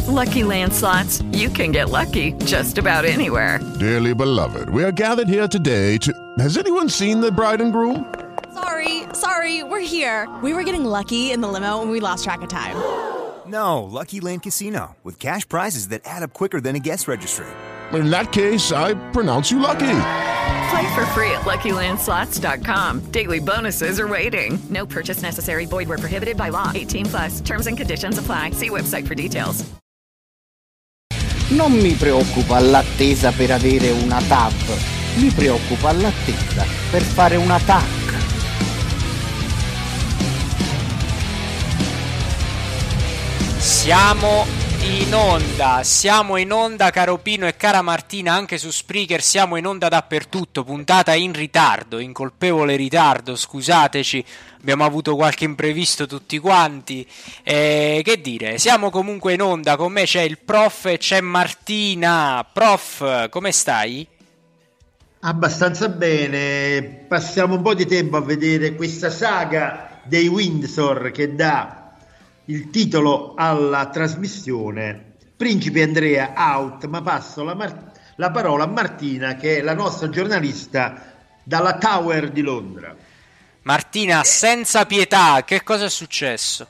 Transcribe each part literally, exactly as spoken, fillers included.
Lucky Land Slots, you can get lucky just about anywhere. Dearly beloved, we are gathered here today to... Has anyone seen the bride and groom? Sorry, sorry, we're here. We were getting lucky in the limo and we lost track of time. No, Lucky Land Casino, with cash prizes that add up quicker than a guest registry. In that case, I pronounce you lucky. Play for free at Lucky Land Slots dot com. Daily bonuses are waiting. No purchase necessary. Void where prohibited by law. eighteen plus. Terms and conditions apply. See website for details. Non mi preoccupa l'attesa per avere una T A V, mi preoccupa l'attesa per fare una T A C. Siamo in onda, siamo in onda caro Pino e cara Martina, anche su Spreaker, siamo in onda dappertutto, puntata in ritardo, in colpevole ritardo, scusateci, abbiamo avuto qualche imprevisto tutti quanti, eh, che dire, siamo comunque in onda, con me c'è il prof e c'è Martina. Prof, come stai? Abbastanza bene, passiamo un po' di tempo a vedere questa saga dei Windsor che dà il titolo alla trasmissione. Principe Andrea out, ma passo la, Mar- la parola a Martina, che è la nostra giornalista dalla Tower di Londra. Martina, senza pietà, che cosa è successo?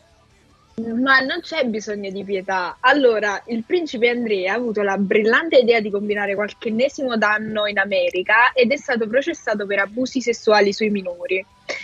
Ma non c'è bisogno di pietà. Allora, il principe Andrea ha avuto la brillante idea di combinare qualche ennesimo danno in America ed è stato processato per abusi sessuali sui minori.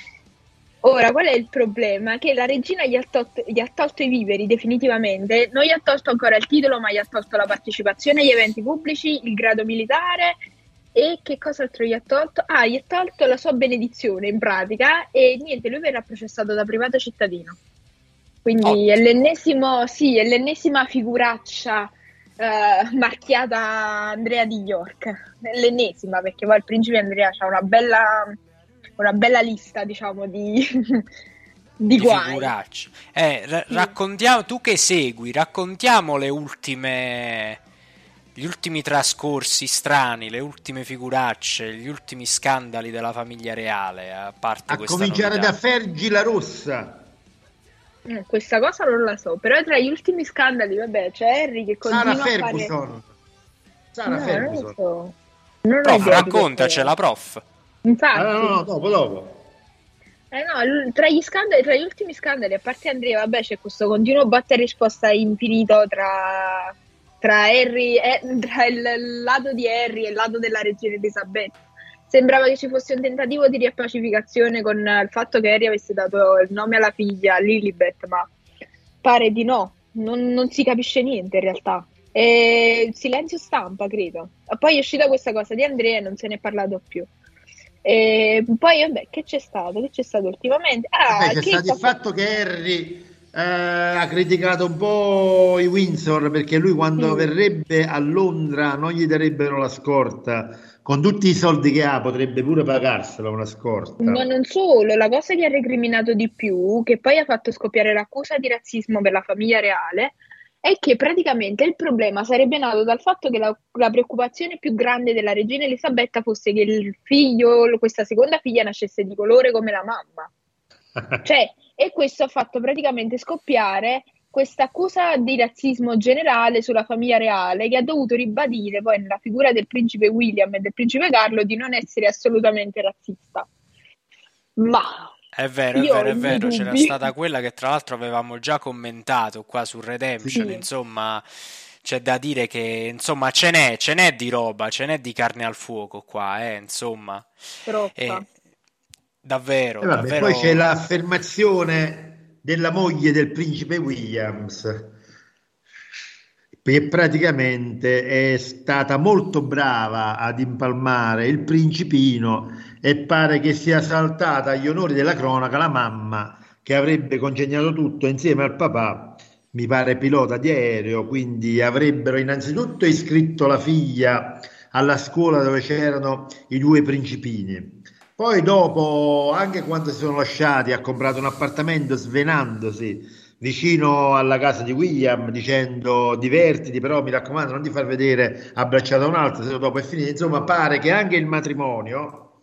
Ora, qual è il problema? Che la regina gli ha, tolto, gli ha tolto i viveri definitivamente, non gli ha tolto ancora il titolo, ma gli ha tolto la partecipazione agli eventi pubblici, il grado militare e che cos'altro gli ha tolto? Ah, gli ha tolto la sua benedizione in pratica e niente, lui verrà processato da privato cittadino. Quindi oh. è l'ennesimo, sì, è l'ennesima figuraccia eh, marchiata Andrea di York, è l'ennesima, perché poi il principe Andrea ha una bella... una bella lista, diciamo, di, di, di guai. Figuracce. Eh, ra- sì. Raccontiamo, tu che segui, raccontiamo le ultime, gli ultimi trascorsi strani, le ultime figuracce, gli ultimi scandali della famiglia reale, a parte a questa cominciare novità. da Fergie la Rossa. Eh, questa cosa non la so, però tra gli ultimi scandali, vabbè, c'è Harry che continua Sara a fare... Ferguson. Sara no, Ferguson. non lo so. Non Prof, raccontacela, prof. Infatti, ah, no, no, dopo, dopo. Eh no, tra gli scandali, tra gli ultimi scandali, a parte Andrea, vabbè, c'è questo continuo botta e risposta infinito tra, tra Harry, eh, tra il lato di Harry e il lato della regina Elisabetta. Sembrava che ci fosse un tentativo di riappacificazione con il fatto che Harry avesse dato il nome alla figlia Lilibet, ma pare di no, non, non si capisce niente in realtà. E silenzio stampa, credo. Poi è uscita questa cosa di Andrea e non se ne è parlato più. E poi vabbè, che c'è stato? Che c'è stato ultimamente? Ah, vabbè, c'è che stato il fatto che Harry eh, ha criticato un po' i Windsor perché lui quando mm. verrebbe a Londra non gli darebbero la scorta, con tutti i soldi che ha potrebbe pure pagarsela una scorta. Ma non solo, la cosa che ha recriminato di più, che poi ha fatto scoppiare l'accusa di razzismo per la famiglia reale, è che praticamente il problema sarebbe nato dal fatto che la, la preoccupazione più grande della regina Elisabetta fosse che il figlio, questa seconda figlia, nascesse di colore come la mamma. Cioè, e questo ha fatto praticamente scoppiare questa accusa di razzismo generale sulla famiglia reale, che ha dovuto ribadire poi nella figura del principe William e del principe Carlo di non essere assolutamente razzista. Ma... È vero, è vero, è vero, dubbi. C'era stata quella che tra l'altro avevamo già commentato qua su Redemption, sì. Insomma, c'è da dire che, insomma, ce n'è, ce n'è di roba, ce n'è di carne al fuoco qua, eh, insomma. Troppa. Eh, davvero, eh vabbè, davvero. Poi c'è l'affermazione della moglie del principe Williams, che praticamente è stata molto brava ad impalmare il principino e pare che sia saltata agli onori della cronaca la mamma, che avrebbe congegnato tutto insieme al papà, mi pare pilota di aereo, quindi avrebbero innanzitutto iscritto la figlia alla scuola dove c'erano i due principini. Poi dopo, anche quando si sono lasciati, ha comprato un appartamento svenandosi vicino alla casa di William, dicendo divertiti, però mi raccomando non ti far vedere abbracciato a un altro, se no dopo è finito. Insomma, pare che anche il matrimonio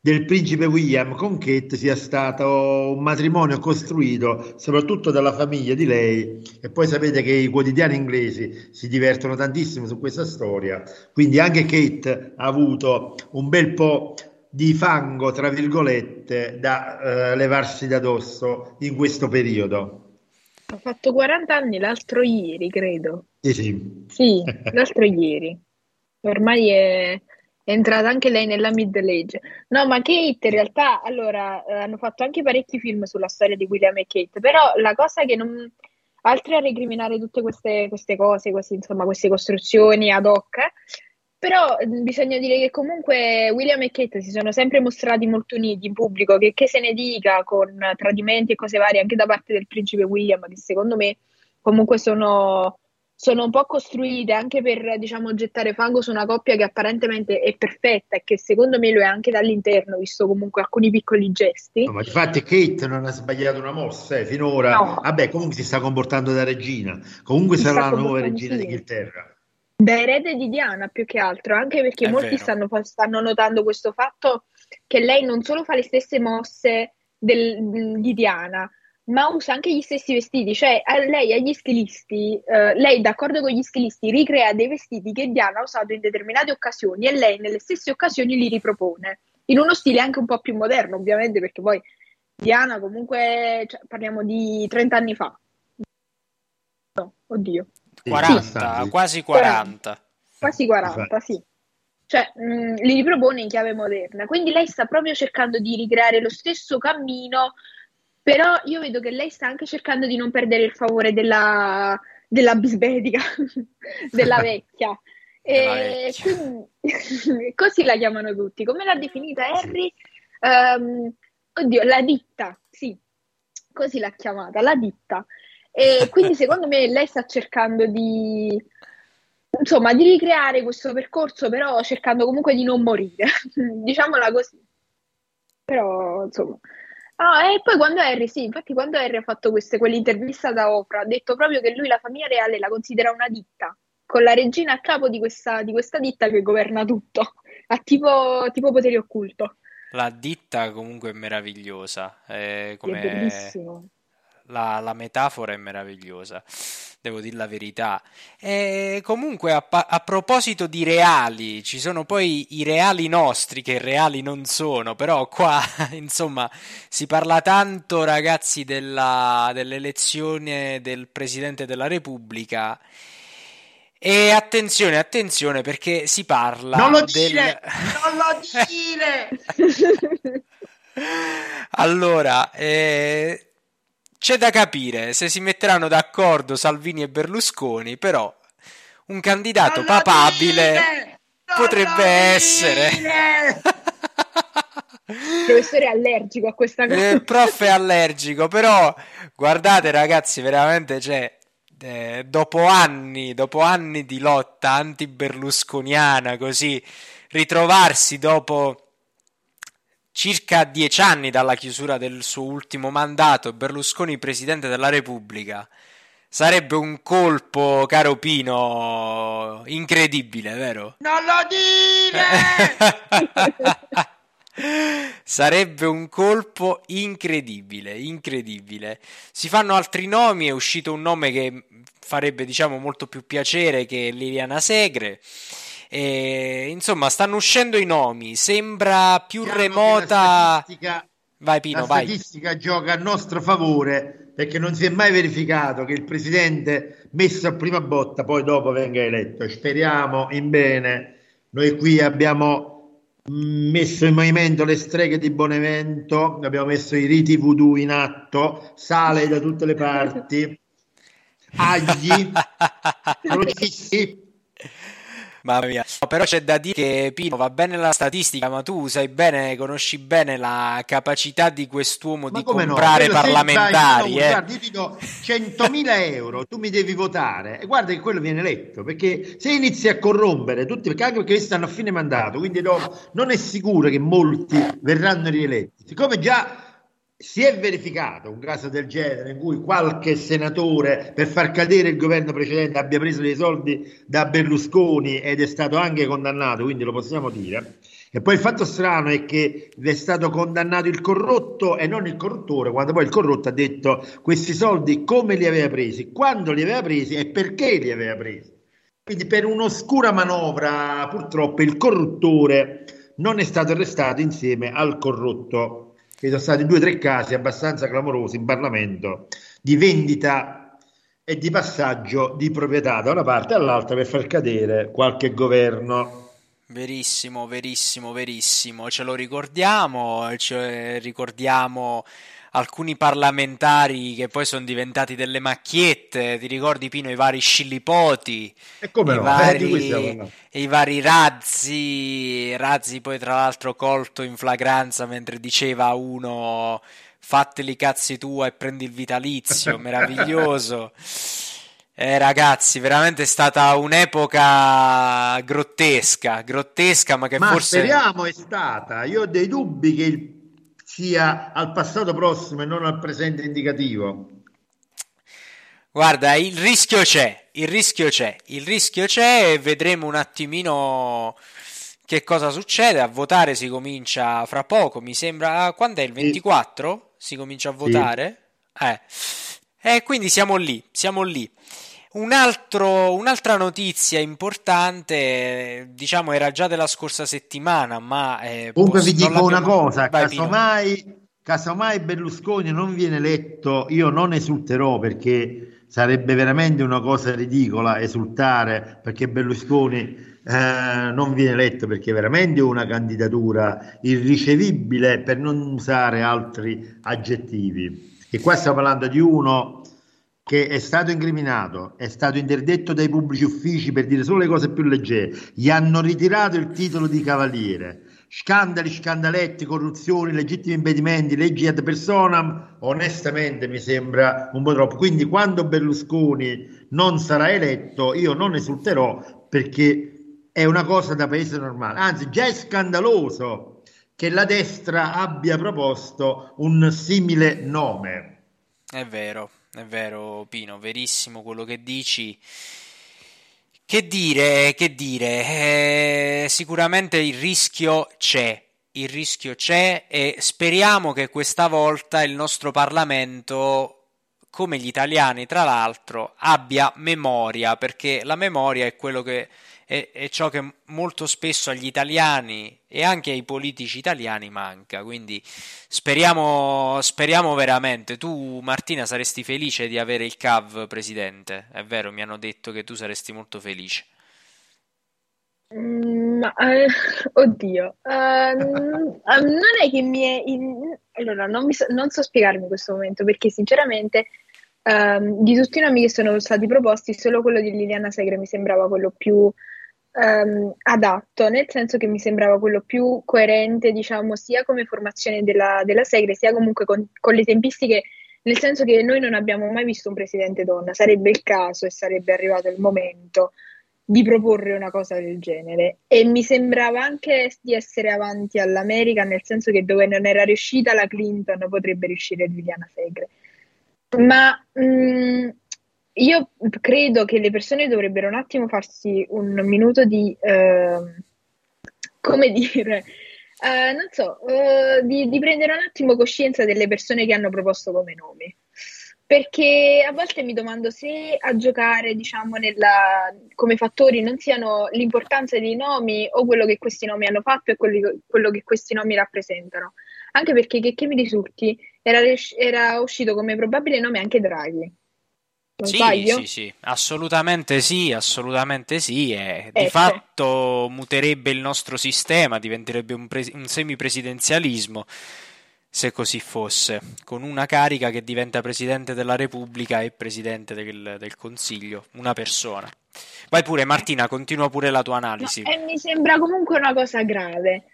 del principe William con Kate sia stato un matrimonio costruito soprattutto dalla famiglia di lei, e poi sapete che i quotidiani inglesi si divertono tantissimo su questa storia, quindi anche Kate ha avuto un bel po' di fango, tra virgolette, da eh, levarsi da dosso in questo periodo. Ha fatto quaranta anni l'altro ieri, credo. Sì, sì. Sì, l'altro ieri. Ormai è... È entrata anche lei nella middle age. No, ma Kate in realtà, allora, eh, hanno fatto anche parecchi film sulla storia di William e Kate, però la cosa che non... Altri a recriminare tutte queste, queste cose, questi, insomma, queste costruzioni ad hoc, però mh, bisogna dire che comunque William e Kate si sono sempre mostrati molto uniti in pubblico, che, che se ne dica, con tradimenti e cose varie, anche da parte del principe William, che secondo me comunque sono... sono un po' costruite anche per, diciamo, gettare fango su una coppia che apparentemente è perfetta e che secondo me lo è anche dall'interno, visto comunque alcuni piccoli gesti. No, ma infatti Kate non ha sbagliato una mossa, eh, finora. No. Vabbè, comunque si sta comportando da regina, comunque Si sarà sta la nuova comportando, regina sì, d'Inghilterra. da erede di Diana più che altro, anche perché È molti vero. stanno, fa- stanno notando questo fatto che lei non solo fa le stesse mosse del- di Diana, ma usa anche gli stessi vestiti, cioè a lei agli stilisti, eh, lei d'accordo con gli stilisti ricrea dei vestiti che Diana ha usato in determinate occasioni e lei nelle stesse occasioni li ripropone, in uno stile anche un po' più moderno ovviamente, perché poi Diana comunque, cioè, parliamo di trenta anni fa, no, oddio, Sì, quaranta, abbastanza. quasi quaranta. quasi quaranta, sì. Cioè, mh, li ripropone in chiave moderna. Quindi lei sta proprio cercando di ricreare lo stesso cammino, però io vedo che lei sta anche cercando di non perdere il favore della, della bisbetica, della vecchia. Della E vecchia. quindi, così la chiamano tutti. Come l'ha definita Harry? Ehm, oddio, la ditta, sì, così l'ha chiamata, la ditta. E quindi secondo me lei sta cercando di, insomma, di ricreare questo percorso, però cercando comunque di non morire, diciamola così. Però, insomma. Ah, e poi quando Harry, sì, infatti quando Harry ha fatto queste, quell'intervista da Oprah, ha detto proprio che lui la famiglia reale la considera una ditta, con la regina a capo di questa, di questa ditta che governa tutto, ha tipo, tipo potere occulto. La ditta comunque è meravigliosa, è Sì, è come bellissimo. la, la metafora è meravigliosa, devo dire la verità. E comunque a, pa- a proposito di reali, ci sono poi i reali nostri che reali non sono, però qua insomma si parla tanto, ragazzi, della, dell'elezione del Presidente della Repubblica. E attenzione, attenzione, perché si parla Non lo del... dire! Non lo dire! Allora, eh, c'è da capire se si metteranno d'accordo Salvini e Berlusconi, però un candidato Non lo papabile dire! Non potrebbe lo essere. Il professore è allergico a questa cosa. Il prof è allergico, però guardate ragazzi, veramente c'è... Eh, dopo anni, dopo anni di lotta anti-berlusconiana, così ritrovarsi dopo circa dieci anni dalla chiusura del suo ultimo mandato, Berlusconi presidente della Repubblica, sarebbe un colpo, caro Pino, incredibile, vero? Non lo dire! Sarebbe un colpo incredibile, incredibile. Si fanno altri nomi, è uscito un nome che farebbe, diciamo, molto più piacere, che Liliana Segre. E, insomma, stanno uscendo i nomi, sembra più Diciamo che remota. La statistica, Vai Pino, la vai. statistica gioca a nostro favore, perché non si è mai verificato che il presidente messo a prima botta poi dopo venga eletto. Speriamo in bene. Noi qui abbiamo messo in movimento le streghe di Bonevento, abbiamo messo i riti voodoo in atto, sale da tutte le parti, agli, crocifici. Mamma mia. No, però c'è da dire che Pino va bene la statistica, ma tu sai bene, conosci bene la capacità di quest'uomo Ma di come no? comprare Quello se parlamentari. vai- no, eh. guarda, io ti do centomila euro, tu mi devi votare e guarda che quello viene eletto, perché se inizi a corrompere tutti, perché anche perché stanno a fine mandato, quindi no, non è sicuro che molti verranno rieletti. Siccome già si è verificato un caso del genere in cui qualche senatore, per far cadere il governo precedente, abbia preso dei soldi da Berlusconi ed è stato anche condannato, quindi lo possiamo dire, E poi il fatto strano è che è stato condannato il corrotto e non il corruttore, quando poi il corrotto ha detto questi soldi come li aveva presi, quando li aveva presi e perché li aveva presi. Quindi per un'oscura manovra purtroppo il corruttore non è stato arrestato insieme al corrotto. Ci sono stati due o tre casi abbastanza clamorosi in Parlamento di vendita e di passaggio di proprietà da una parte all'altra per far cadere qualche governo. Verissimo, verissimo, verissimo, ce lo ricordiamo, ce ricordiamo alcuni parlamentari che poi sono diventati delle macchiette, ti ricordi Pino i vari scillipoti, e come i, no? vari, eh, no. i vari razzi, razzi poi tra l'altro colto in flagranza mentre diceva a uno fatteli i cazzi tua e prendi il vitalizio, meraviglioso. Eh, ragazzi, veramente è stata un'epoca grottesca, grottesca, ma che ma forse... speriamo è stata. Io ho dei dubbi che il- sia al passato prossimo e non al presente indicativo. Guarda, il rischio c'è, il rischio c'è, il rischio c'è e vedremo un attimino che cosa succede. A votare si comincia fra poco, mi sembra... Quando è il ventiquattro? Si comincia a votare? Eh. E quindi siamo lì, siamo lì. Un altro, un'altra notizia importante, diciamo era già della scorsa settimana, ma... Eh, Comunque poss- vi non dico una l'abbiamo- cosa, Vai, Pino. casomai, casomai Berlusconi non viene eletto, io non esulterò perché sarebbe veramente una cosa ridicola esultare perché Berlusconi eh, non viene eletto, perché è veramente una candidatura irricevibile, per non usare altri aggettivi. E qua stiamo parlando di uno che è stato incriminato, è stato interdetto dai pubblici uffici per dire solo le cose più leggere, gli hanno ritirato il titolo di cavaliere, scandali, scandaletti, corruzioni, legittimi impedimenti, leggi ad personam, onestamente mi sembra un po' troppo. Quindi quando Berlusconi non sarà eletto io non esulterò, perché è una cosa da paese normale, anzi già è scandaloso che la destra abbia proposto un simile nome. È vero, è vero Pino, verissimo quello che dici. Che dire, che dire, eh, sicuramente il rischio c'è, il rischio c'è e speriamo che questa volta il nostro Parlamento, come gli italiani tra l'altro, abbia memoria, perché la memoria è quello che è, è ciò che molto spesso agli italiani e anche ai politici italiani manca, quindi speriamo, speriamo veramente. Tu Martina saresti felice di avere il C A V presidente? È vero, mi hanno detto che tu saresti molto felice. Mm, ma, eh, oddio, eh, n- eh, non è che mi è... in- Allora, non, mi so, non so spiegarmi in questo momento, perché sinceramente ehm, di tutti i nomi che sono stati proposti, solo quello di Liliana Segre mi sembrava quello più ehm, adatto, nel senso che mi sembrava quello più coerente, diciamo, sia come formazione della, della Segre, sia comunque con, con le tempistiche, nel senso che noi non abbiamo mai visto un presidente donna, sarebbe il caso e sarebbe arrivato il momento di proporre una cosa del genere. E mi sembrava anche di essere avanti all'America, nel senso che dove non era riuscita la Clinton potrebbe riuscire Liliana Segre. Ma mh, io credo che le persone dovrebbero un attimo farsi un minuto di, eh, come dire, eh, non so, eh, di, di prendere un attimo coscienza delle persone che hanno proposto come nomi. Perché a volte mi domando se a giocare, diciamo, nella, come fattori non siano l'importanza dei nomi o quello che questi nomi hanno fatto e quelli- quello che questi nomi rappresentano. Anche perché, che, che mi risulti, era, ries- era uscito come probabile nome anche Draghi. Non Sì, sbaglio? sì, sì, assolutamente sì, assolutamente sì, e di Ecco. fatto muterebbe il nostro sistema, diventerebbe un, pres- un semipresidenzialismo se così fosse, con una carica che diventa Presidente della Repubblica e Presidente del, del Consiglio, una persona. Vai pure Martina, continua pure la tua No, analisi. e mi sembra comunque una cosa grave.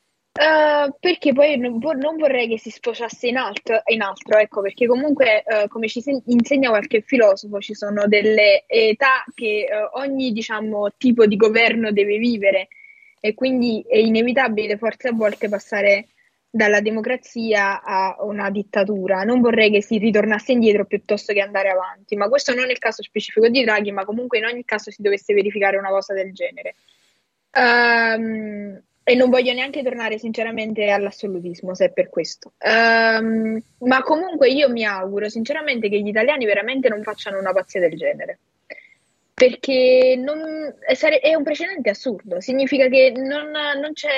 Eh, perché poi non, vo- non vorrei che si sfociasse in altro, in altro, ecco, perché comunque, eh, come ci sen- insegna qualche filosofo, ci sono delle età che eh, ogni, diciamo, tipo di governo deve vivere e quindi è inevitabile forse a volte passare dalla democrazia a una dittatura. Non vorrei che si ritornasse indietro piuttosto che andare avanti, ma questo non è il caso specifico di Draghi, ma comunque in ogni caso si dovesse verificare una cosa del genere. Ehm, E non voglio neanche tornare sinceramente all'assolutismo, se è per questo. Ehm, ma comunque io mi auguro sinceramente che gli italiani veramente non facciano una pazzia del genere. Perché non, è, sare- è un precedente assurdo. Significa che non, non c'è,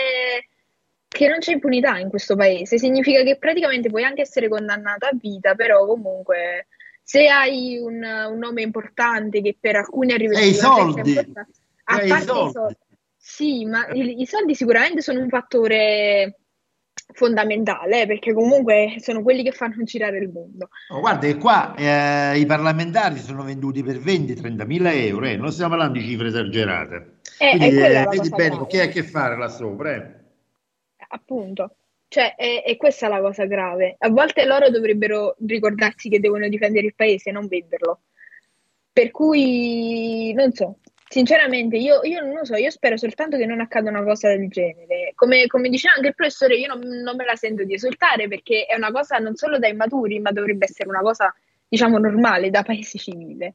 che non c'è impunità in questo paese. Significa che praticamente puoi anche essere condannato a vita, però comunque se hai un, un nome importante che per alcuni ha E i rivestito una certa soldi, importanza, a e i parte i soldi. soldi. Sì, ma i, i soldi sicuramente sono un fattore fondamentale, eh, perché comunque sono quelli che fanno girare il mondo. Oh, guarda che qua eh, i parlamentari sono venduti per venti trenta mila euro, eh, non stiamo parlando di cifre esagerate. E, Quindi e quella è eh, la vedi cosa bene con chi grave, hai a che fare là sopra. Eh. appunto. Cioè, è, è questa la cosa grave. A volte loro dovrebbero ricordarsi che devono difendere il paese e non venderlo. Per cui, non so, sinceramente, io, io non lo so, io spero soltanto che non accada una cosa del genere. Come, come diceva anche il professore, io non, non me la sento di esultare perché è una cosa non solo da immaturi, ma dovrebbe essere una cosa, diciamo, normale, da paese civile.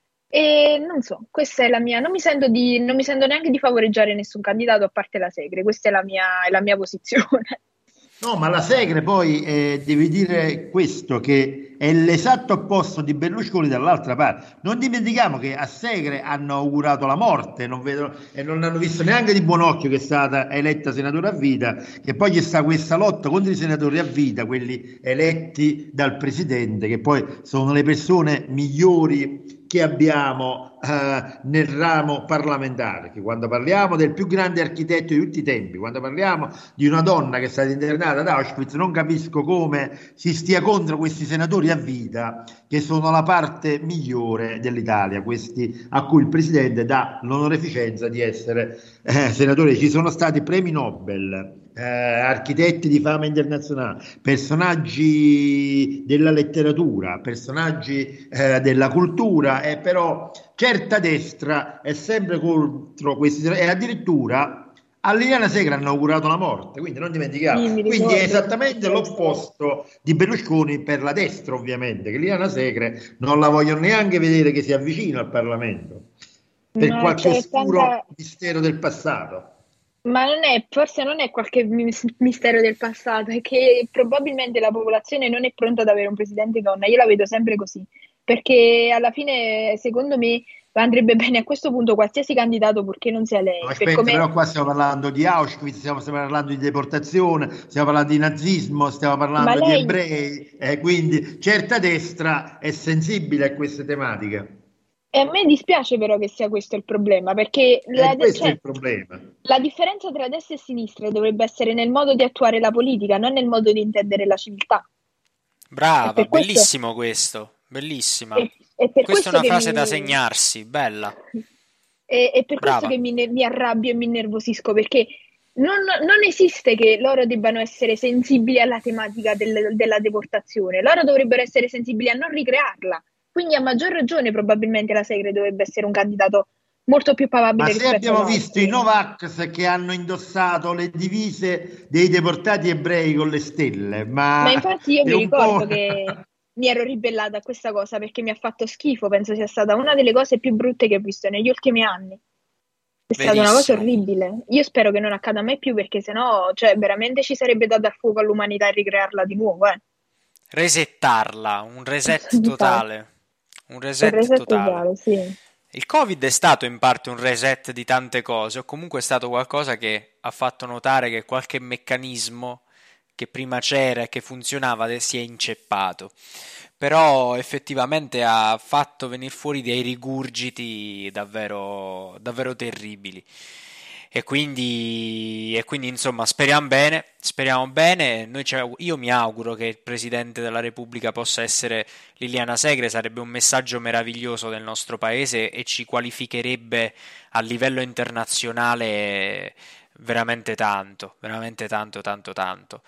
E non so, questa è la mia, non mi sento di, non mi sento neanche di favoreggiare nessun candidato a parte la Segre, questa è la mia, è la mia posizione. No, ma la Segre poi eh, devi dire questo, che è l'esatto opposto di Berlusconi dall'altra parte. Non dimentichiamo che a Segre hanno augurato la morte non vedono, e non hanno visto neanche di buon occhio che è stata eletta senatore a vita, che poi c'è sta questa lotta contro i senatori a vita, quelli eletti dal presidente, che poi sono le persone migliori che abbiamo eh, nel ramo parlamentare, che quando parliamo del più grande architetto di tutti i tempi, quando parliamo di una donna che è stata internata ad Auschwitz, non capisco come si stia contro questi senatori a vita, che sono la parte migliore dell'Italia, questi a cui il presidente dà l'onorificenza di essere eh, senatore. Ci sono stati premi Nobel, Eh, architetti di fama internazionale, personaggi della letteratura, personaggi eh, della cultura, e però certa destra è sempre contro questi, e addirittura a Liliana Segre hanno augurato la morte, quindi non dimentichiamo. Sì, mi Quindi ricordo. è esattamente l'opposto di Berlusconi per la destra, ovviamente, che Liliana Segre non la vogliono neanche vedere che si avvicina al Parlamento per Ma qualche c'è oscuro tanta... mistero del passato. Ma non è, forse non è qualche mis- mistero del passato, è che probabilmente la popolazione non è pronta ad avere un presidente donna. Io la vedo sempre così, perché alla fine, secondo me, andrebbe bene a questo punto qualsiasi candidato, purché non sia lei. No, Per aspetta, come... però qua stiamo parlando di Auschwitz, stiamo, stiamo parlando di deportazione, stiamo parlando di nazismo, stiamo Ma parlando di lei, ebrei, eh, quindi certa destra è sensibile a queste tematiche. e a me dispiace però che sia questo il problema, perché la, E questo è cioè, il problema. la differenza tra destra e sinistra dovrebbe essere nel modo di attuare la politica, non nel modo di intendere la civiltà. E Brava, per questo, bellissimo questo, bellissima. e, e per Questa è questo una che frase da mi, segnarsi, bella, e, e per questo brava. che mi, ne- mi arrabbio e mi innervosisco, perché non, non esiste che loro debbano essere sensibili alla tematica del- della deportazione, loro dovrebbero essere sensibili a non ricrearla. Quindi a maggior ragione probabilmente la Segre dovrebbe essere un candidato molto più Ma papabile se rispetto abbiamo ad visto i altri. Novax che hanno indossato le divise dei deportati ebrei con le stelle, Ma ma infatti io è mi un po'... ricordo che mi ero ribellata a questa cosa perché mi ha fatto schifo, penso sia stata una delle cose più brutte che ho visto negli ultimi anni. È stata una cosa Verissimo. orribile. Io spero che non accada mai più perché sennò, cioè, veramente ci sarebbe da dar fuoco all'umanità e ricrearla di nuovo, eh. Resettarla, un reset Di fatto. totale, un Un reset reset totale. totale, sì. Il Covid è stato in parte un reset di tante cose, o comunque è stato qualcosa che ha fatto notare che qualche meccanismo che prima c'era e che funzionava de- si è inceppato. Però effettivamente ha fatto venire fuori dei rigurgiti davvero, davvero terribili. E quindi, e quindi insomma speriamo bene, speriamo bene. Noi ci aug- io mi auguro che il Presidente della Repubblica possa essere Liliana Segre, sarebbe un messaggio meraviglioso del nostro paese e ci qualificherebbe a livello internazionale veramente tanto, veramente tanto, tanto, tanto.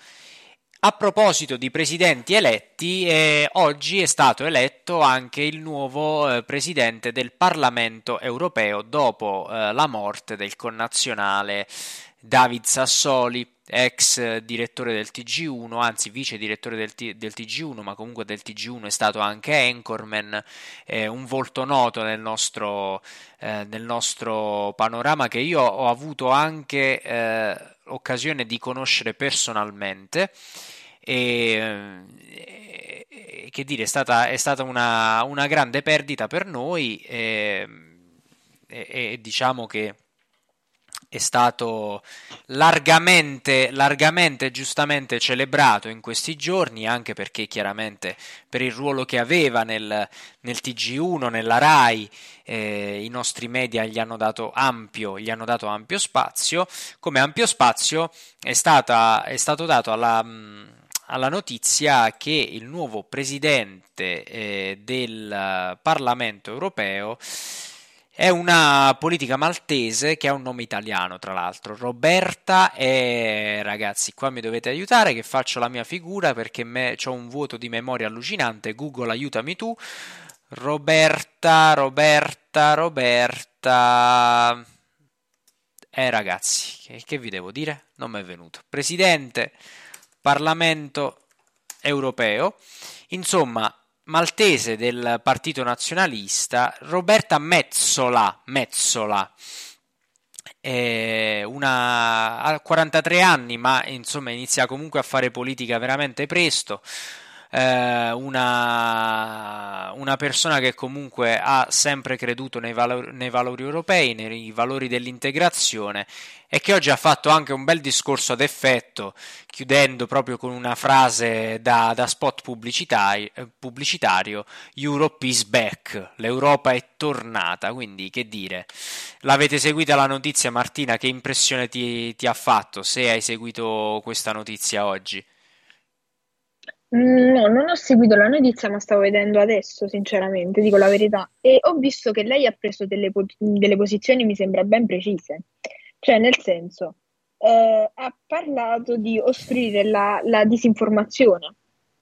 A proposito di presidenti eletti, eh, oggi è stato eletto anche il nuovo eh, presidente del Parlamento europeo dopo eh, la morte del connazionale David Sassoli, ex direttore del T G uno, anzi vice direttore del, T- del T G uno, ma comunque del T G uno è stato anche anchorman, eh, un volto noto nel nostro, eh, nel nostro panorama, che io ho avuto anche eh, occasione di conoscere personalmente. E, e che dire, è stata, è stata una, una grande perdita per noi, e, e, e diciamo che è stato largamente, largamente giustamente celebrato in questi giorni, anche perché chiaramente per il ruolo che aveva nel, nel T G uno, nella Rai, eh, i nostri media gli hanno dato ampio, gli hanno dato ampio spazio, come ampio spazio è, stata, è stato dato alla, alla notizia che il nuovo presidente eh, del Parlamento europeo è una politica maltese che ha un nome italiano, tra l'altro, Roberta. E ragazzi, qua mi dovete aiutare che faccio la mia figura perché ho un vuoto di memoria allucinante. Google, aiutami tu. Roberta, Roberta, Roberta. Eh ragazzi, che, che vi devo dire? Non mi è venuto. Presidente Parlamento europeo. Insomma, maltese del Partito Nazionalista, Roberta Metsola, Metsola, eh, una, ha quarantatré anni, ma insomma inizia comunque a fare politica veramente presto, eh, una, una persona che comunque ha sempre creduto nei valori, nei valori europei, nei valori dell'integrazione, e che oggi ha fatto anche un bel discorso ad effetto, chiudendo proprio con una frase da, da spot pubblicitario, pubblicitario: Europe is back, l'Europa è tornata. Quindi che dire, l'avete seguita la notizia, Martina? Che impressione ti, ti ha fatto, se hai seguito questa notizia oggi? No, non ho seguito la notizia, ma stavo vedendo adesso, sinceramente, dico la verità. E ho visto che lei ha preso delle, po- delle posizioni, mi sembra, ben precise. Cioè, nel senso, eh, ha parlato di offrire la, la disinformazione.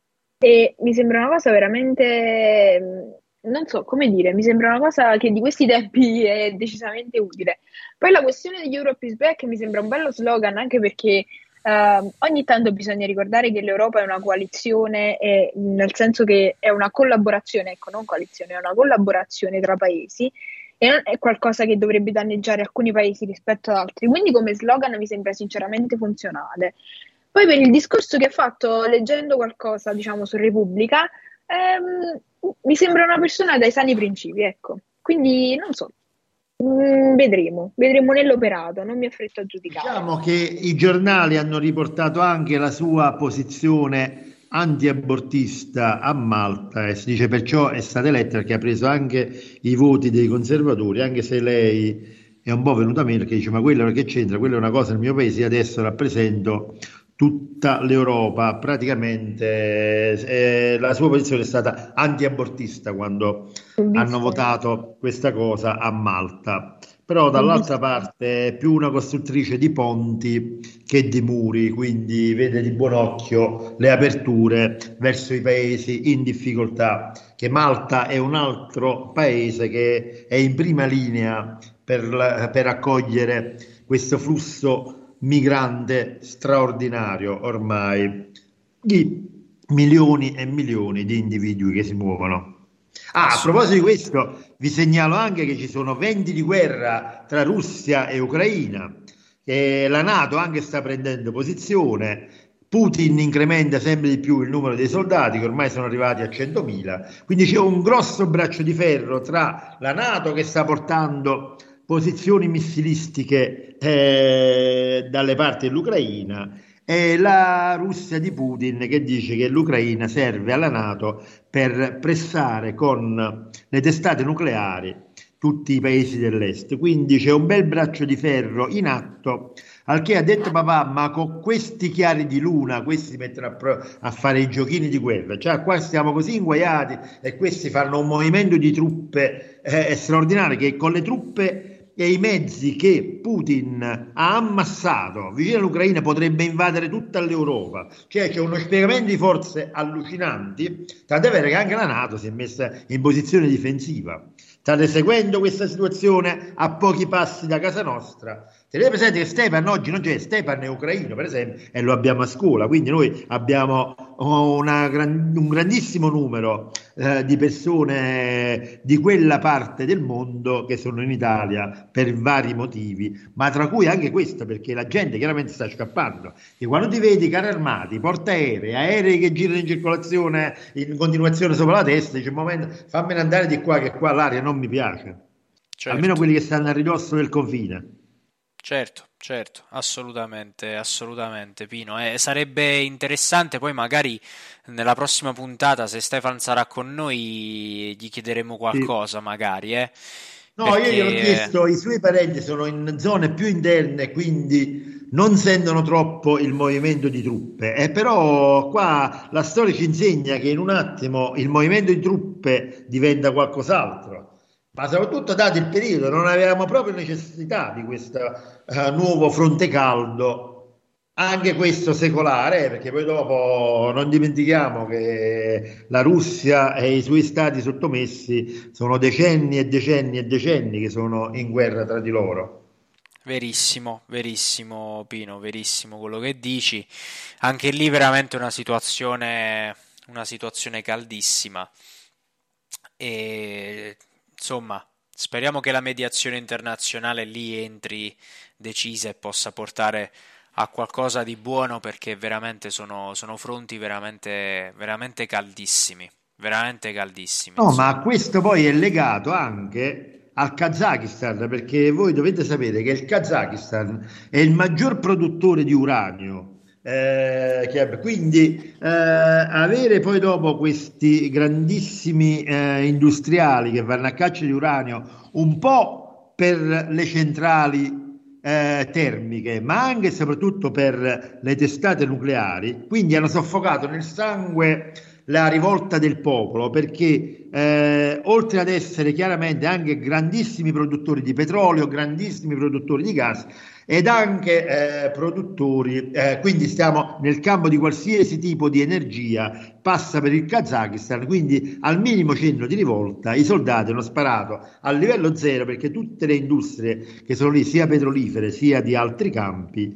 E mi sembra una cosa veramente, non so come dire, mi sembra una cosa che di questi tempi è decisamente utile. Poi la questione degli Europe is back mi sembra un bello slogan, anche perché Uh, ogni tanto bisogna ricordare che l'Europa è una coalizione, e, nel senso che è una collaborazione, ecco, non coalizione, è una collaborazione tra paesi, e non è qualcosa che dovrebbe danneggiare alcuni paesi rispetto ad altri. Quindi come slogan mi sembra sinceramente funzionale. Poi per il discorso che ha fatto leggendo qualcosa, diciamo, su Repubblica, ehm, mi sembra una persona dai sani principi, ecco. Quindi non so. Mm, vedremo, vedremo nell'operato, non mi affretto a giudicare. Diciamo che i giornali hanno riportato anche la sua posizione anti-abortista a Malta, e si dice perciò è stata eletta perché ha preso anche i voti dei conservatori, anche se lei è un po' venuta meno, perché dice: ma quello che c'entra, quella è una cosa nel mio paese, io adesso rappresento tutta l'Europa. Praticamente eh, la sua posizione è stata anti-abortista quando hanno votato questa cosa a Malta. Però dall'altra parte è più una costruttrice di ponti che di muri, quindi vede di buon occhio le aperture verso i paesi in difficoltà, che Malta è un altro paese che è in prima linea per, per accogliere questo flusso migrante straordinario ormai di milioni e milioni di individui che si muovono. Ah, a proposito di questo, vi segnalo anche che ci sono venti di guerra tra Russia e Ucraina, che la NATO anche sta prendendo posizione. Putin incrementa sempre di più il numero dei soldati, che ormai sono arrivati a centomila, quindi c'è un grosso braccio di ferro tra la NATO, che sta portando posizioni missilistiche eh, dalle parti dell'Ucraina, e la Russia di Putin, che dice che l'Ucraina serve alla NATO per pressare con le testate nucleari tutti i paesi dell'est. Quindi c'è un bel braccio di ferro in atto, al che ha detto papà: ma con questi chiari di luna questi mettono a, pro- a fare i giochini di guerra, cioè qua stiamo così inguaiati e questi fanno un movimento di truppe eh, straordinario, che con le truppe e i mezzi che Putin ha ammassato vicino all'Ucraina potrebbe invadere tutta l'Europa. Cioè c'è uno spiegamento di forze allucinanti, tant'è vero che anche la NATO si è messa in posizione difensiva. State seguendo questa situazione a pochi passi da casa nostra. Tenete presente che Stepan oggi non c'è, Stepan è ucraino per esempio e lo abbiamo a scuola, quindi noi abbiamo una gran, un grandissimo numero eh, di persone di quella parte del mondo che sono in Italia per vari motivi, ma tra cui anche questo, perché la gente chiaramente sta scappando. E quando ti vedi carri armati, portaerei, aerei che girano in circolazione in continuazione sopra la testa, dice fammene andare di qua che qua l'aria non mi piace, certo. Almeno quelli che stanno a ridosso del confine. Certo, certo, assolutamente, assolutamente Pino. Eh, sarebbe interessante poi magari nella prossima puntata, se Stefan sarà con noi, gli chiederemo qualcosa, sì. magari. Eh, no, perché... io gli ho chiesto, i suoi parenti sono in zone più interne, quindi non sentono troppo il movimento di truppe. Eh, però qua la storia ci insegna che in un attimo il movimento di truppe diventa qualcos'altro. Ma soprattutto dato il periodo, non avevamo proprio necessità di questo uh, nuovo fronte caldo, anche questo secolare, perché poi dopo non dimentichiamo che la Russia e i suoi stati sottomessi sono decenni e decenni e decenni che sono in guerra tra di loro. Verissimo, verissimo Pino, verissimo quello che dici. Anche lì veramente una situazione, una situazione caldissima. E... Insomma, speriamo che la mediazione internazionale lì entri decisa e possa portare a qualcosa di buono, perché veramente sono, sono fronti veramente, veramente caldissimi, veramente caldissimi. No, insomma. ma questo poi è legato anche al Kazakistan, perché voi dovete sapere che il Kazakistan è il maggior produttore di uranio. Eh, che, quindi eh, avere poi dopo questi grandissimi eh, industriali che vanno a caccia di uranio un po' per le centrali eh, termiche, ma anche e soprattutto per le testate nucleari, quindi hanno soffocato nel sangue la rivolta del popolo, perché eh, oltre ad essere chiaramente anche grandissimi produttori di petrolio, grandissimi produttori di gas ed anche eh, produttori, eh, quindi stiamo nel campo di qualsiasi tipo di energia, passa per il Kazakistan, quindi al minimo cenno di rivolta i soldati hanno sparato a livello zero, perché tutte le industrie che sono lì, sia petrolifere sia di altri campi,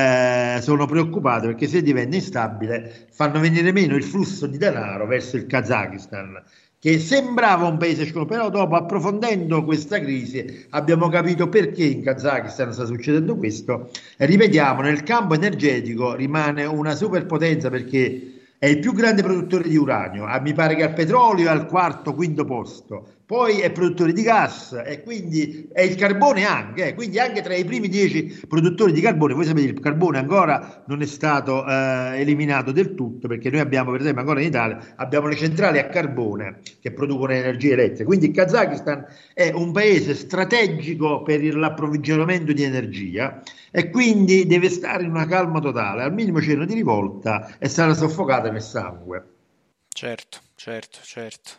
eh, sono preoccupate, perché se diventa instabile fanno venire meno il flusso di denaro verso il Kazakistan, che sembrava un paese sicuro, però dopo, approfondendo questa crisi, abbiamo capito perché in Kazakistan sta succedendo questo. E ripetiamo, nel campo energetico rimane una superpotenza, perché è il più grande produttore di uranio, ah, mi pare che al petrolio è al quarto, quinto posto, poi è produttore di gas e quindi è il carbone anche, eh, quindi anche tra i primi dieci produttori di carbone. Voi sapete, il carbone ancora non è stato eh, eliminato del tutto, perché noi abbiamo, per esempio, ancora in Italia abbiamo le centrali a carbone che producono energia elettrica, quindi il Kazakistan è un paese strategico per l'approvvigionamento di energia e quindi deve stare in una calma totale, al minimo cenno di rivolta e sarà soffocata nel sangue. Certo, certo, certo.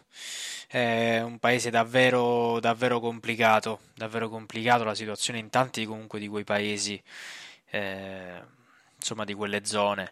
È un paese davvero, davvero complicato, davvero complicato la situazione in tanti comunque di quei paesi, eh, insomma di quelle zone.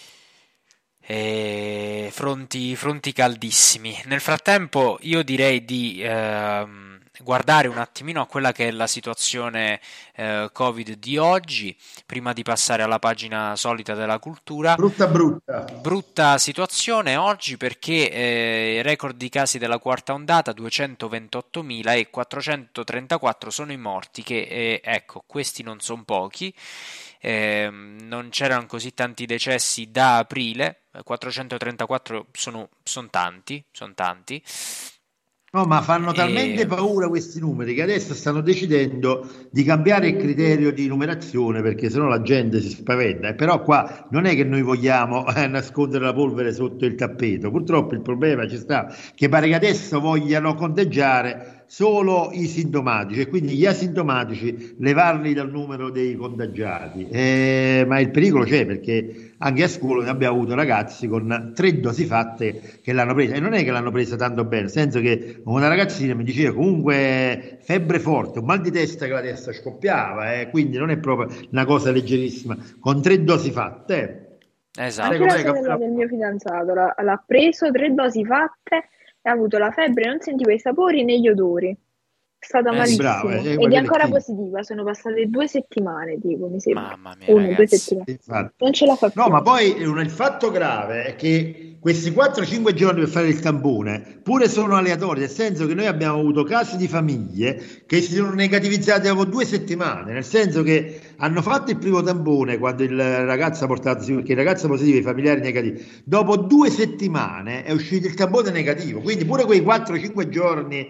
E fronti, fronti caldissimi. Nel frattempo io direi di ehm, guardare un attimino a quella che è la situazione eh, Covid di oggi, prima di passare alla pagina solita della cultura. Brutta brutta. Brutta situazione oggi, perché eh, il record di casi della quarta ondata, duecentoventottomila e quattrocentotrentaquattro sono i morti, che eh, ecco, questi non sono pochi. Eh, non c'erano così tanti decessi da aprile, quattrocentotrentaquattro sono, sono tanti, sono tanti. No, ma fanno talmente e... paura questi numeri che adesso stanno decidendo di cambiare il criterio di numerazione, perché sennò la gente si spaventa. E però qua non è che noi vogliamo eh, nascondere la polvere sotto il tappeto. Purtroppo il problema ci sta, che pare che adesso vogliano conteggiare solo i sintomatici e quindi gli asintomatici levarli dal numero dei contagiati. Eh, ma il pericolo c'è, perché anche a scuola abbiamo avuto ragazzi con tre dosi fatte che l'hanno presa, e non è che l'hanno presa tanto bene, nel senso che una ragazzina mi diceva comunque febbre forte, un mal di testa che la testa scoppiava, eh, quindi non è proprio una cosa leggerissima, con tre dosi fatte. Eh. Esatto. Anche la sorella del mio fidanzato l'ha, l'ha preso, tre dosi fatte, e ha avuto la febbre, non sentiva i sapori né gli odori. È stata Eh sì, malissimo. bravo, eh, Ed è quella è ancora clinica. positiva. Sono passate due settimane, tipo, mi sembra. mamma mia, Uno, due ragazzi. settimane. Infatti. Non ce la fa No, più. ma poi eh, un- il fatto grave è che questi quattro cinque giorni per fare il tampone pure sono aleatori, nel senso che noi abbiamo avuto casi di famiglie che si sono negativizzati dopo due settimane, nel senso che hanno fatto il primo tampone quando il ragazzo ha portato, sì, perché il ragazzo positivo e i familiari negativi, dopo due settimane è uscito il tampone negativo, quindi pure quei quattro cinque giorni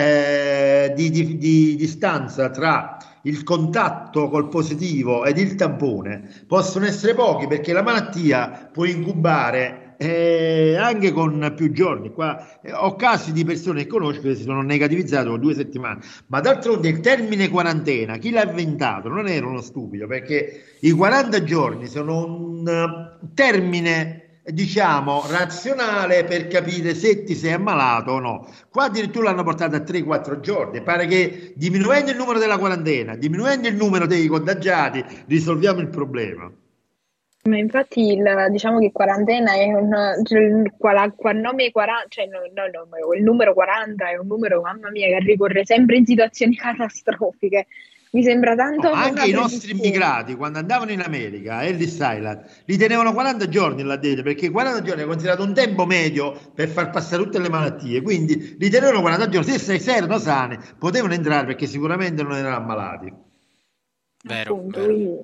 eh, di, di- di distanza tra il contatto col positivo ed il tampone possono essere pochi perché la malattia può incubare eh, anche con più giorni. Qua eh, ho casi di persone che conosco che si sono negativizzate dopo due settimane, ma d'altronde il termine quarantena, chi l'ha inventato? Non era uno stupido, perché i quaranta giorni sono un eh, termine diciamo razionale per capire se ti sei ammalato o no. Qua addirittura l'hanno portato a tre quattro giorni. Pare che diminuendo il numero della quarantena, diminuendo il numero dei contagiati, risolviamo il problema. Ma infatti il- diciamo che quarantena è un cioè, il quala- qua- nome quaranta, cioè no, no, no, ma il numero quaranta è un numero, mamma mia, che ricorre sempre in situazioni catastrofiche. Mi sembra No, tanto ma anche una i nostri predizione. immigrati, quando andavano in America, Ellis Island, li tenevano quaranta giorni là dentro, perché quaranta giorni è considerato un tempo medio per far passare tutte le malattie, quindi li tenevano quaranta giorni, se, se erano sani potevano entrare perché sicuramente non erano ammalati. Vero, Appunto, vero, quindi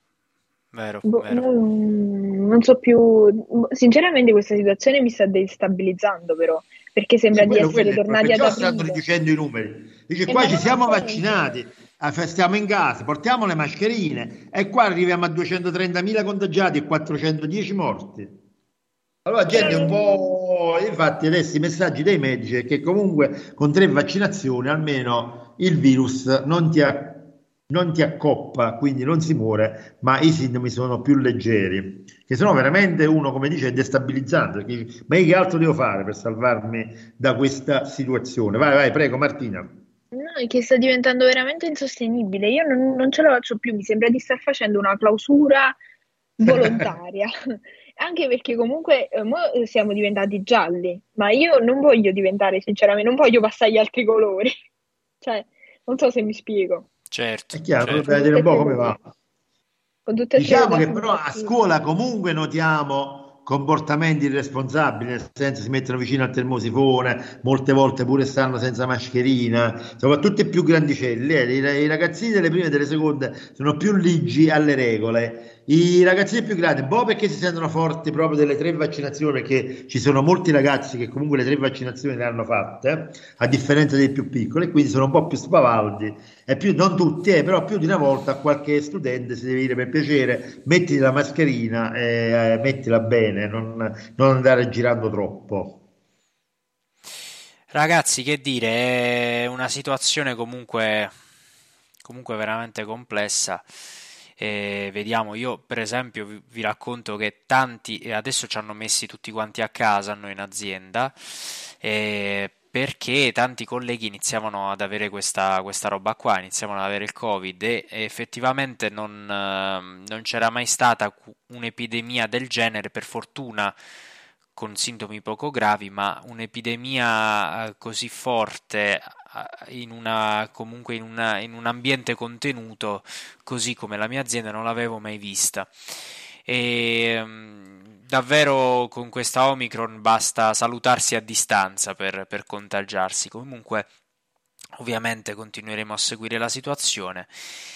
vero, boh, vero. non, non so più. Sinceramente, questa situazione mi sta destabilizzando, però, perché sembra Sì, di quello, essere quello è il tornati ad perciò stanno aprile. riducendo i numeri. Dice Eh, qua ma ci non ha siamo senso. vaccinati, eh, stiamo in casa, portiamo le mascherine e qua arriviamo a duecentotrentamila contagiati e quattrocentodieci morti. Allora la Però gente è un non. po', infatti adesso i messaggi dei medici è che comunque con tre vaccinazioni almeno il virus non ti, a- non ti accoppa, quindi non si muore, ma i sintomi sono più leggeri, che sono veramente uno, come dice, è destabilizzante, perché dici, ma io che altro devo fare per salvarmi da questa situazione? Vai, vai, prego Martina. No, è che sta diventando veramente insostenibile. Io non, non ce la faccio più. Mi sembra di star facendo una clausura volontaria. Anche perché comunque eh, mo siamo diventati gialli, ma io non voglio diventare, sinceramente, non voglio passare agli altri colori. Cioè, non so se mi spiego. Certo, È chiaro, però certo. Con dobbiamo vedere tutte un po' queste come cose, va. con tutte queste cose Diciamo che però a accumulative. scuola comunque notiamo comportamenti irresponsabili, nel senso si mettono vicino al termosifone, molte volte pure stanno senza mascherina, soprattutto i più grandicelli, eh, i, i ragazzini delle prime e delle seconde sono più ligi alle regole. I ragazzini più grandi, un po' perché si sentono forti proprio delle tre vaccinazioni, perché ci sono molti ragazzi che comunque le tre vaccinazioni le hanno fatte, eh, a differenza dei più piccoli, e quindi sono un po' più spavaldi. E più, non tutti, eh, però più di una volta a qualche studente si deve dire per piacere, mettiti la mascherina e eh, mettila bene, non, non andare girando troppo. Ragazzi, che dire, è una situazione comunque, comunque veramente complessa. E vediamo, io per esempio vi, vi racconto che tanti, e adesso ci hanno messi tutti quanti a casa, noi in azienda, eh, perché tanti colleghi iniziavano ad avere questa, questa roba qua, iniziavano ad avere il Covid e, e effettivamente non, eh, non c'era mai stata cu- un'epidemia del genere, per fortuna con sintomi poco gravi, ma un'epidemia eh, così forte eh, in una, comunque in, una, in un ambiente contenuto, così come la mia azienda, non l'avevo mai vista. E mm, davvero con questa Omicron basta salutarsi a distanza per, per contagiarsi. Comunque, ovviamente continueremo a seguire la situazione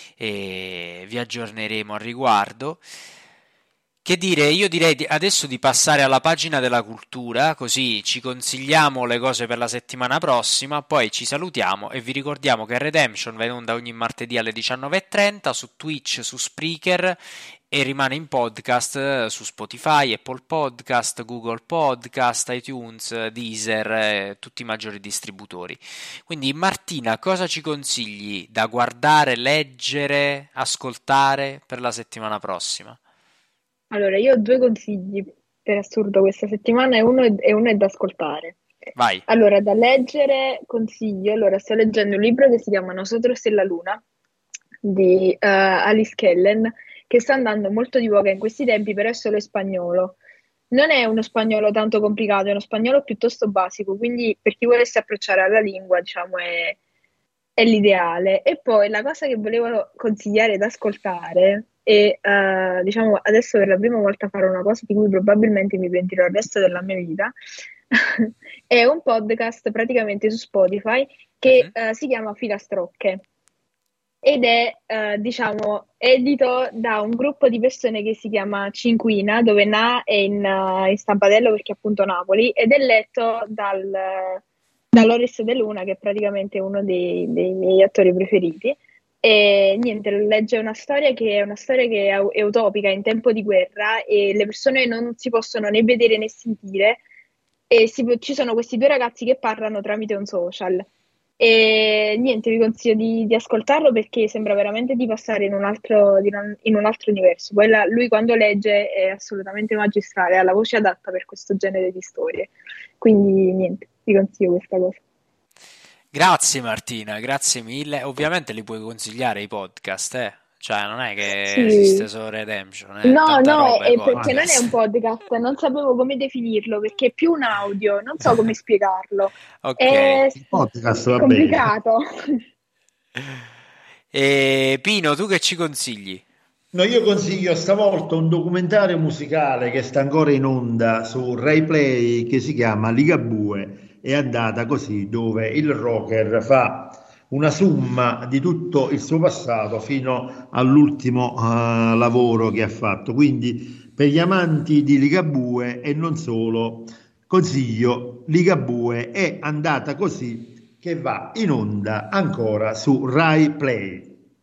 e vi aggiorneremo al riguardo. Che dire, io direi di- adesso di passare alla pagina della cultura, così ci consigliamo le cose per la settimana prossima, poi ci salutiamo e vi ricordiamo che Redemption va in onda ogni martedì alle diciannove e trenta su Twitch, su Spreaker e rimane in podcast eh, su Spotify, Apple Podcast, Google Podcast, iTunes, Deezer, eh, tutti i maggiori distributori. Quindi Martina, cosa ci consigli da guardare, leggere, ascoltare per la settimana prossima? Allora, io ho due consigli per assurdo questa settimana e uno è, e uno è da ascoltare. Vai. Allora, da leggere consiglio, allora sto leggendo un libro che si chiama Nosotros e la Luna di eh, Alice Kellen, che sta andando molto di voga in questi tempi, però è solo in spagnolo. Non è uno spagnolo tanto complicato, è uno spagnolo piuttosto basico, quindi per chi volesse approcciare alla lingua, diciamo, è, è l'ideale. E poi la cosa che volevo consigliare da ascoltare, e uh, diciamo adesso per la prima volta farò una cosa di cui probabilmente mi pentirò il resto della mia vita, è un podcast praticamente su Spotify che uh-huh. uh, si chiama Filastrocche. Ed è, eh, diciamo, edito da un gruppo di persone che si chiama Cinquina, dove Na è in, uh, in Stampatello perché è appunto Napoli, ed è letto dal, da Loris De Luna, che è praticamente uno dei, dei miei attori preferiti. E niente, legge una storia che è una storia che è, è utopica in tempo di guerra, e le persone non si possono né vedere né sentire, e si, ci sono questi due ragazzi che parlano tramite un social. E niente, vi consiglio di, di ascoltarlo perché sembra veramente di passare in un altro, di un, in un altro universo. Poi la, lui quando legge è assolutamente magistrale, ha la voce adatta per questo genere di storie. Quindi niente, vi consiglio questa cosa. Grazie Martina, grazie mille. Ovviamente li puoi consigliare i podcast, eh? Cioè non è che sì. esiste solo Redemption, eh? No, Tanta no, roba è ai perché podcast. non è un podcast, non sapevo come definirlo perché è più un audio, non so come spiegarlo. Ok. È Il podcast va complicato. E Pino, tu che ci consigli? No, io consiglio stavolta un documentario musicale che sta ancora in onda su Rai Play che si chiama Ligabue, è andata così, dove il rocker fa una somma di tutto il suo passato fino all'ultimo uh, lavoro che ha fatto. Quindi per gli amanti di Ligabue e non solo, consiglio Ligabue, è andata così, che va in onda ancora su Rai Play.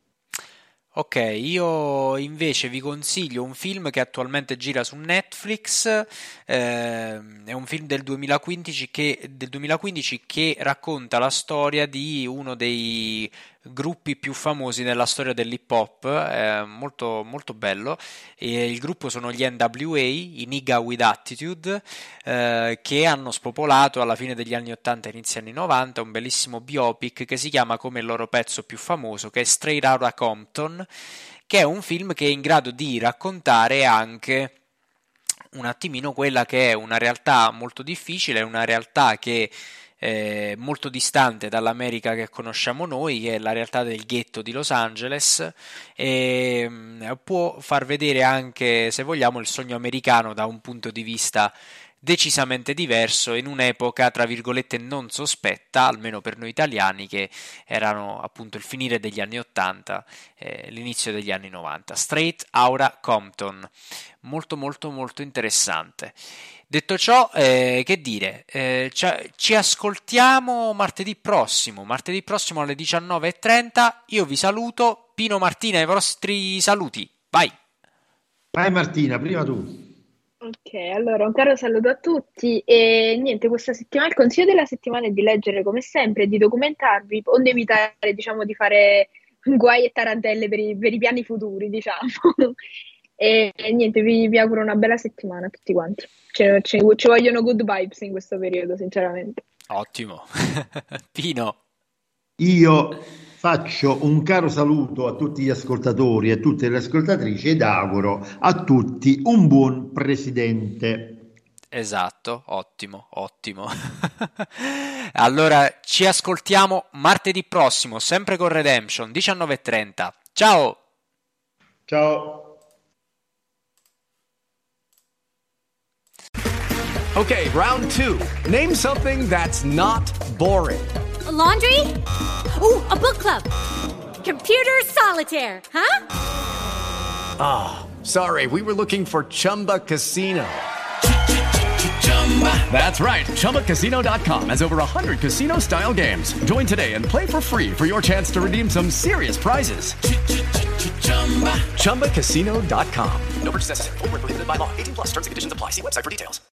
Ok, io invece vi consiglio un film che attualmente gira su Netflix, eh, è un film del duemilaquindici che, del duemilaquindici che racconta la storia di uno dei gruppi più famosi nella storia dell'hip hop, eh, molto, molto bello. E il gruppo sono gli N W A, i Nigga with Attitude, eh, che hanno spopolato alla fine degli anni ottanta e inizio anni novanta un bellissimo biopic che si chiama come il loro pezzo più famoso, che è Straight Outta Compton, che è un film che è in grado di raccontare anche un attimino quella che è una realtà molto difficile, una realtà che Eh, molto distante dall'America che conosciamo noi, che è la realtà del ghetto di Los Angeles, e mh, può far vedere anche, se vogliamo, il sogno americano da un punto di vista decisamente diverso, in un'epoca tra virgolette non sospetta, almeno per noi italiani, che erano appunto il finire degli anni ottanta, eh, l'inizio degli anni novanta. Straight Outta Compton, molto molto molto interessante. Detto ciò, eh, che dire, eh, ci ascoltiamo martedì prossimo, martedì prossimo alle diciannove e trenta. Io vi saluto. Pino, Martina, i vostri saluti, vai. Vai Martina, prima tu. Ok, allora un caro saluto a tutti e niente, questa settimana il consiglio della settimana è di leggere come sempre, di documentarvi, onde evitare, diciamo, di fare guai e tarantelle per i, per i piani futuri, diciamo. E, e niente, vi, vi auguro una bella settimana a tutti quanti. Ci, ci, ci vogliono good vibes in questo periodo, sinceramente. Ottimo. Pino. Io faccio un caro saluto a tutti gli ascoltatori e a tutte le ascoltatrici ed auguro a tutti un buon presidente. Esatto, ottimo, ottimo. Allora ci ascoltiamo martedì prossimo, sempre con Redemption, diciannove e trenta. Ciao. Ciao. Okay, round two. Name something that's not boring. A laundry? Ooh, a book club. Computer solitaire, huh? Ah, oh, sorry, we were looking for Chumba Casino. That's right, Chumba Casino dot com has over one hundred casino-style games. Join today and play for free for your chance to redeem some serious prizes. Chumba Casino dot com. No purchase necessary. Void where prohibited by law. eighteen plus terms and conditions apply. See website for details.